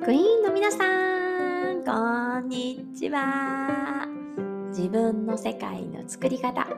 クイーンの皆さん、こんにちは。自分の世界の作り方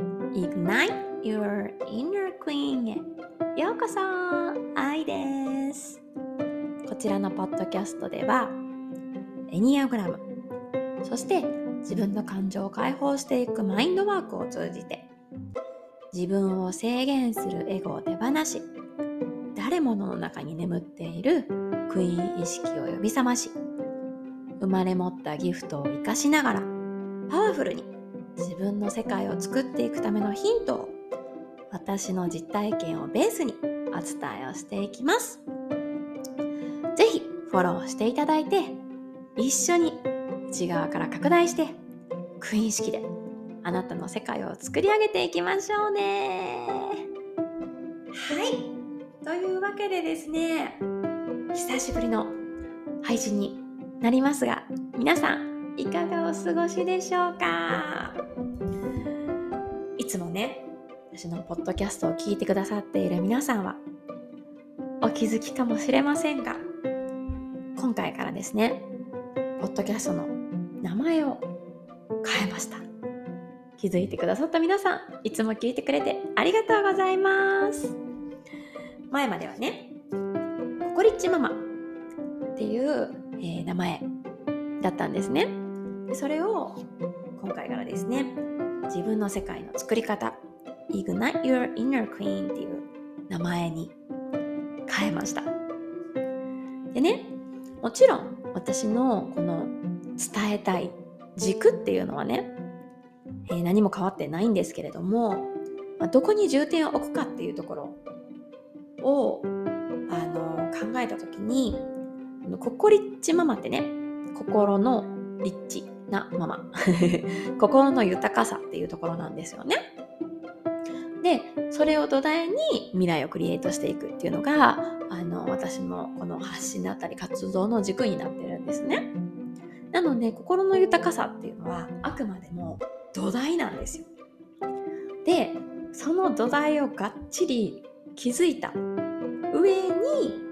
Ignite Your Inner Queen へようこそ。愛です。こちらのポッドキャストではエニアグラム、そして自分の感情を解放していくマインドワークを通じて自分を制限するエゴを手放し、誰もの中に眠っているクイーン意識を呼び覚まし、生まれ持ったギフトを生かしながらパワフルに自分の世界を作っていくためのヒントを私の実体験をベースにお伝えをしていきます。ぜひフォローしていただいて、一緒に内側から拡大してクイーン意識であなたの世界を作り上げていきましょうね。はい、というわけでですね、久しぶりの配信になりますが、皆さんいかがお過ごしでしょうか。いつもね、私のポッドキャストを聞いてくださっている皆さんはお気づきかもしれませんが、今回からですね、ポッドキャストの名前を変えました。気づいてくださった皆さん、いつも聞いてくれてありがとうございます。前まではね、ココリッチママっていう、名前だったんですね。でそれを今回からですね、自分の世界の作り方 Ignite Your Inner Queen っていう名前に変えました。でね、もちろん私のこの伝えたい軸っていうのはね、何も変わってないんですけれども、どこに重点を置くかっていうところを考えたときに、ココリッチママってね、心のリッチなママ心の豊かさっていうところなんですよね。で、それを土台に未来をクリエイトしていくっていうのが私のこの発信だったり活動の軸になってるんですね。なので心の豊かさっていうのはあくまでも土台なんですよ。で、その土台をがっちり築いた上に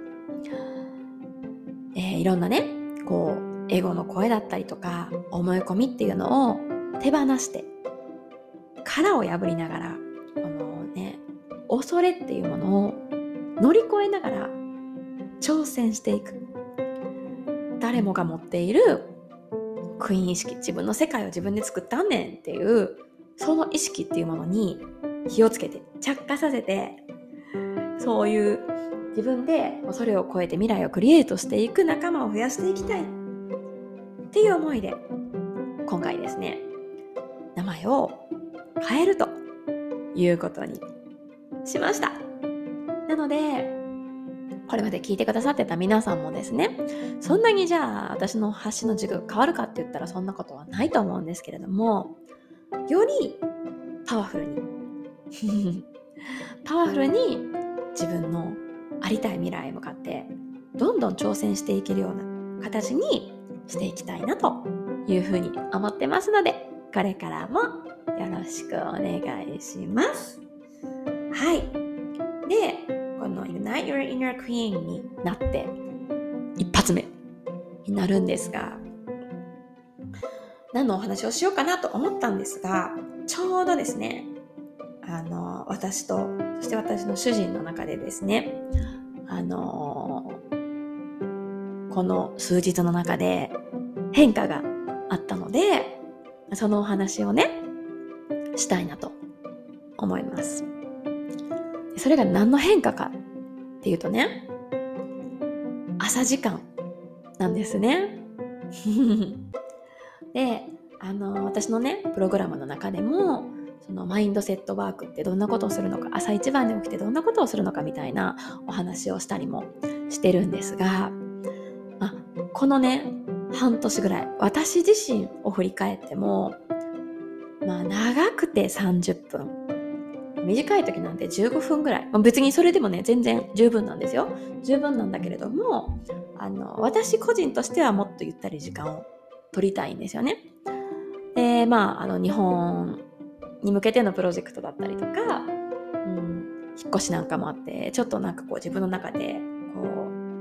いろんなね、こうエゴの声だったりとか思い込みっていうのを手放して殻を破りながら、このね、恐れっていうものを乗り越えながら挑戦していく。誰もが持っているクイーン意識、自分の世界を自分で作ったんねんっていうその意識っていうものに火をつけて着火させて、そういう自分でそれを超えて未来をクリエイトしていく仲間を増やしていきたいっていう思いで、今回ですね、名前を変えるということにしました。なのでこれまで聞いてくださってた皆さんもですね、そんなにじゃあ私の発信の軸変わるかって言ったらそんなことはないと思うんですけれども、よりパワフルにパワフルに自分のありたい未来へ向かってどんどん挑戦していけるような形にしていきたいなというふうに思ってますので、これからもよろしくお願いします。はい。で、この Ignite Your Inner Queen になって一発目になるんですが、何のお話をしようかなと思ったんですが、ちょうどですね、私とそして私の主人の中でですね、この数日の中で変化があったので、そのお話をねしたいなと思います。それが何の変化かっていうとね、朝時間なんですねで、私のねプログラムの中でも、そのマインドセットワークってどんなことをするのか、朝一番で起きてどんなことをするのかみたいなお話をしたりもしてるんですが、このね半年ぐらい私自身を振り返っても、長くて30分、短い時なんて15分ぐらい、別にそれでもね全然十分なんですよ。十分なんだけれども、私個人としてはもっとゆったり時間を取りたいんですよね。で、日本に向けてのプロジェクトだったりとか、引っ越しなんかもあって、ちょっとなんかこう自分の中でこう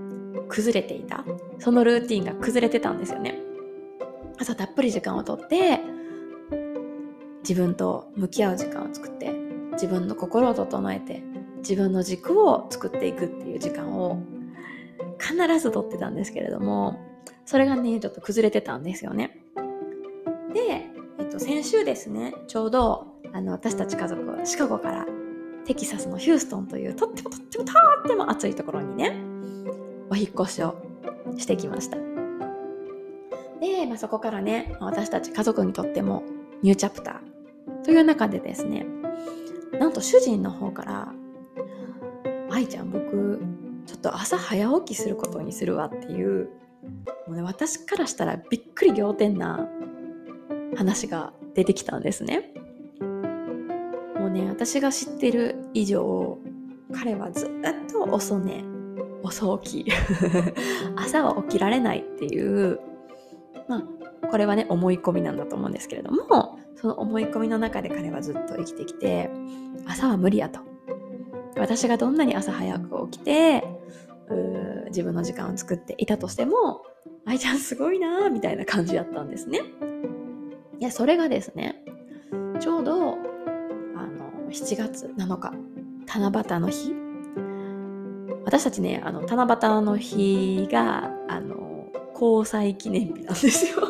崩れていた、そのルーティンが崩れてたんですよね。朝たっぷり時間をとって自分と向き合う時間を作って、自分の心を整えて自分の軸を作っていくっていう時間を必ずとってたんですけれども、それがねちょっと崩れてたんですよね。で、先週ですね、ちょうど私たち家族はシカゴからテキサスのヒューストンというとっても暑いところにねお引っ越しをしてきました。で、そこからね、私たち家族にとってもニューチャプターという中でですね、なんと主人の方から愛ちゃん、僕ちょっと朝早起きすることにするわっていう、もうね、私からしたらびっくり仰天な話が出てきたんですね。もうね、私が知っている以上彼はずっと遅寝遅起き朝は起きられないっていう、これはね思い込みなんだと思うんですけれども、その思い込みの中で彼はずっと生きてきて、朝は無理やと、私がどんなに朝早く起きて自分の時間を作っていたとしても、愛ちゃんすごいなみたいな感じだったんですね。いや、それがですね、ちょうど7月7日七夕の日、私たちね七夕の日が交際記念日なんですよ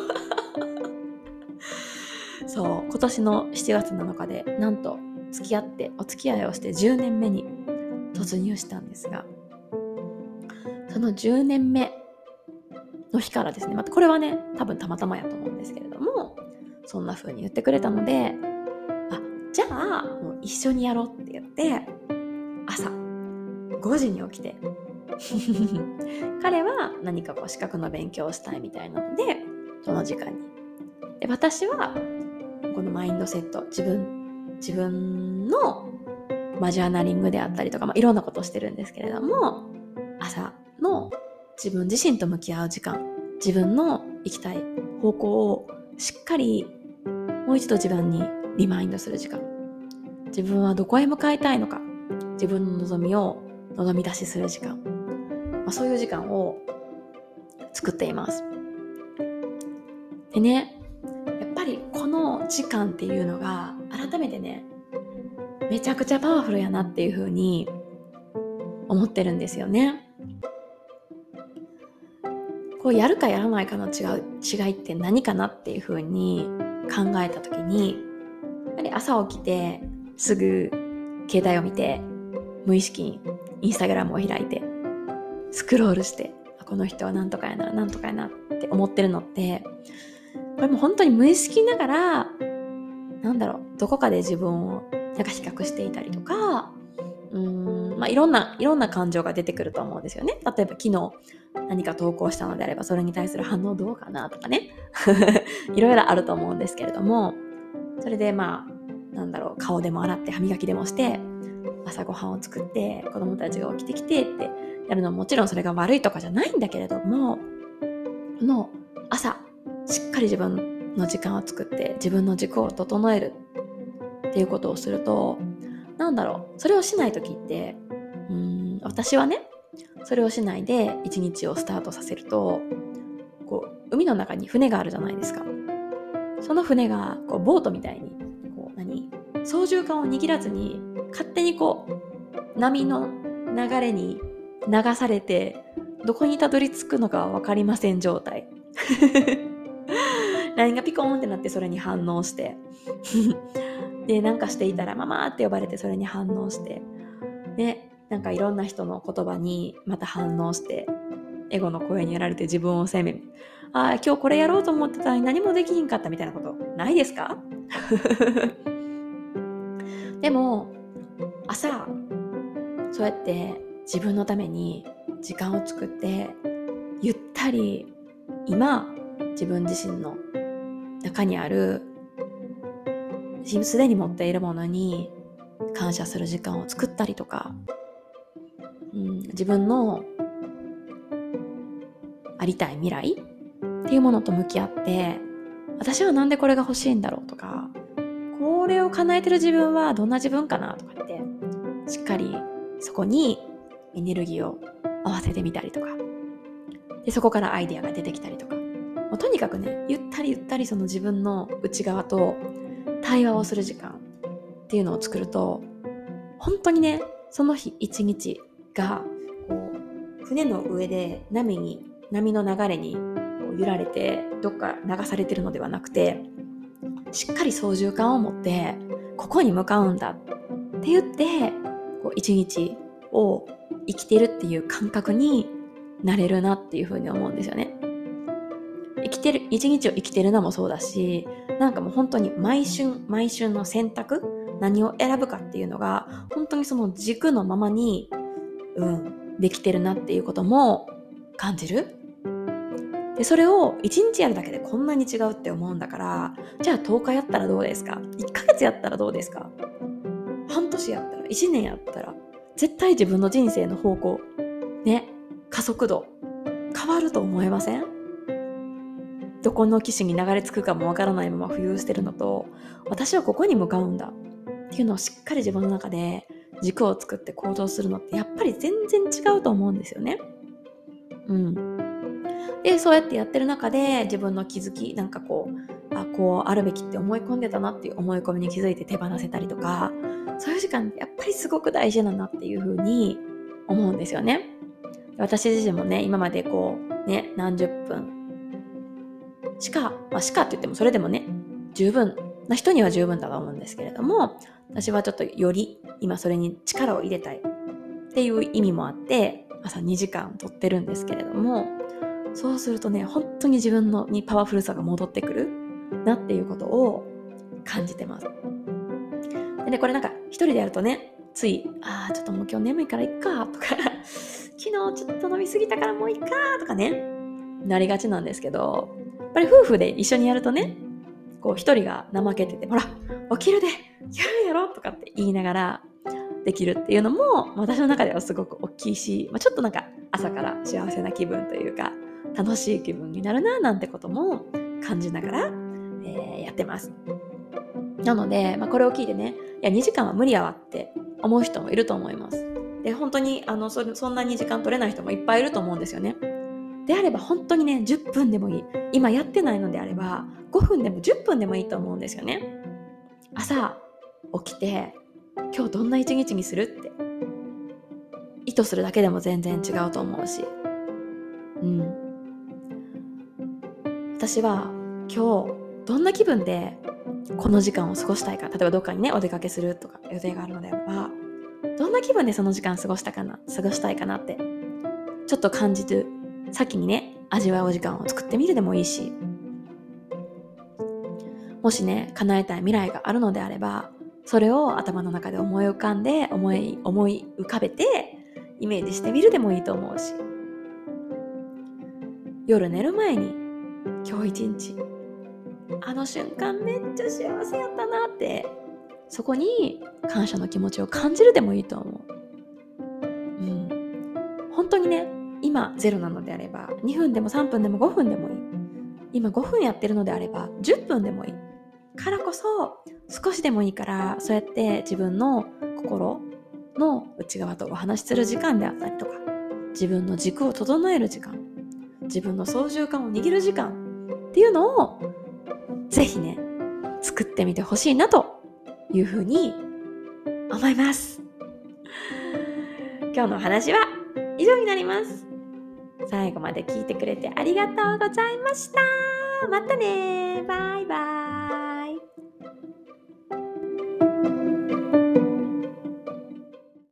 そう、今年の7月7日でなんとお付き合いをして10年目に突入したんですが、その10年目の日からですね、これはね多分たまたまやと思うんですけれども、そんな風に言ってくれたので、じゃあもう一緒にやろうって言って朝5時に起きて彼は何か資格の勉強をしたいみたいなのでその時間に、で私はこのマインドセット、自分のジャーナリングであったりとか、いろんなことをしてるんですけれども、朝の自分自身と向き合う時間、自分の行きたい方向をしっかりもう一度自分にリマインドする時間、自分はどこへ向かいたいのか、自分の望み出しする時間、そういう時間を作っています。でね、やっぱりこの時間っていうのが改めてねめちゃくちゃパワフルやなっていう風に思ってるんですよね。やるかやらないかの違いって何かなっていう風に考えた時に、やっぱり朝起きてすぐ携帯を見て無意識にインスタグラムを開いてスクロールして、この人はなんとかやなって思ってるのって、これも本当に無意識ながらどこかで自分を比較していたりとか、いろんな感情が出てくると思うんですよね。例えば昨日何か投稿したのであれば、それに対する反応どうかなとかねいろいろあると思うんですけれども、それで顔でも洗って歯磨きでもして朝ごはんを作って子供たちが起きてきてってやるのももちろんそれが悪いとかじゃないんだけれども、この朝しっかり自分の時間を作って自分の軸を整えるっていうことをすると、それをしないときって、私はねそれをしないで一日をスタートさせると、海の中に船があるじゃないですか。その船がボートみたいに操縦桿を握らずに勝手に波の流れに流されてどこにたどり着くのか分かりません状態LINE がピコーンってなってそれに反応してでしていたらママって呼ばれてそれに反応してでいろんな人の言葉にまた反応してエゴの声にやられて自分を責め、今日これやろうと思ってたのに何もできひんかったみたいなことないですかでも朝そうやって自分のために時間を作ってゆったり今自分自身の中にあるすでに持っているものに感謝する時間を作ったりとか、自分のありたい未来っていうものと向き合って、私はなんでこれが欲しいんだろうとか、これを叶えてる自分はどんな自分かなとかってしっかりそこにエネルギーを合わせてみたりとか、 でそこからアイデアが出てきたりとか、もうとにかくね、ゆったりゆったりその自分の内側と対話をする時間っていうのを作ると、本当にね、その日一日がこう船の上で波の流れに揺られてどっか流されてるのではなくて、しっかり操縦感を持ってここに向かうんだって言ってこう一日を生きてるっていう感覚になれるなっていうふうに思うんですよね。一日を生きてるのもそうだし、なんかもう本当に毎春の選択、何を選ぶかっていうのが本当にその軸のままにできてるなっていうことも感じる。でそれを1日やるだけでこんなに違うって思うんだから、じゃあ10日やったらどうですか、1ヶ月やったらどうですか、半年やったら、1年やったら、絶対自分の人生の方向ね、加速度変わると思えません？どこの岸に流れ着くかもわからないまま浮遊してるのと、私はここに向かうんだっていうのをしっかり自分の中で軸を作って行動するのってやっぱり全然違うと思うんですよね。でそうやってやってる中で自分の気づき、なんかこうあるべきって思い込んでたなっていう思い込みに気づいて手放せたりとか、そういう時間ってやっぱりすごく大事だなっていう風に思うんですよね。私自身もね、今まで何十分しかって言ってもそれでもね、十分な人には十分だと思うんですけれども、私はちょっとより今それに力を入れたいっていう意味もあって朝2時間撮ってるんですけれども、そうするとね、本当に自分にパワフルさが戻ってくるなっていうことを感じてます。でね、これなんか一人でやるとね、ついちょっともう今日眠いからいっかとか昨日ちょっと飲みすぎたからもういっかとかね、なりがちなんですけど、やっぱり夫婦で一緒にやるとね、こう一人が怠けてて、ほら起きるでやるやろとかって言いながらできるっていうのも私の中ではすごく大きいし、ちょっとなんか朝から幸せな気分というか楽しい気分になるななんてことも感じながら、やってます。なので、これを聞いてね、いや2時間は無理やわって思う人もいると思います。で本当にそんな2時間取れない人もいっぱいいると思うんですよね。であれば本当にね、10分でもいい。今やってないのであれば5分でも10分でもいいと思うんですよね。朝起きて今日どんな一日にするって意図するだけでも全然違うと思うし、私は今日どんな気分でこの時間を過ごしたいか、例えばどっかにねお出かけするとか予定があるのであれば、どんな気分でその時間過ごしたいかなってちょっと感じる、先にね味わう時間を作ってみるでもいいし、もしね叶えたい未来があるのであれば、それを頭の中で思い浮かべてイメージしてみるでもいいと思うし、夜寝る前に今日一日あの瞬間めっちゃ幸せやったなって、そこに感謝の気持ちを感じるでもいいと思う。本当にね、今0なのであれば2分でも3分でも5分でもいい。今5分やってるのであれば10分でもいいからこそ、少しでもいいからそうやって自分の心の内側とお話しする時間であったりとか、自分の軸を整える時間、自分の操縦感を握る時間っていうのをぜひね作ってみてほしいなというふうに思います。今日のお話は以上になります。最後まで聞いてくれてありがとうございました。またね。バイバイ。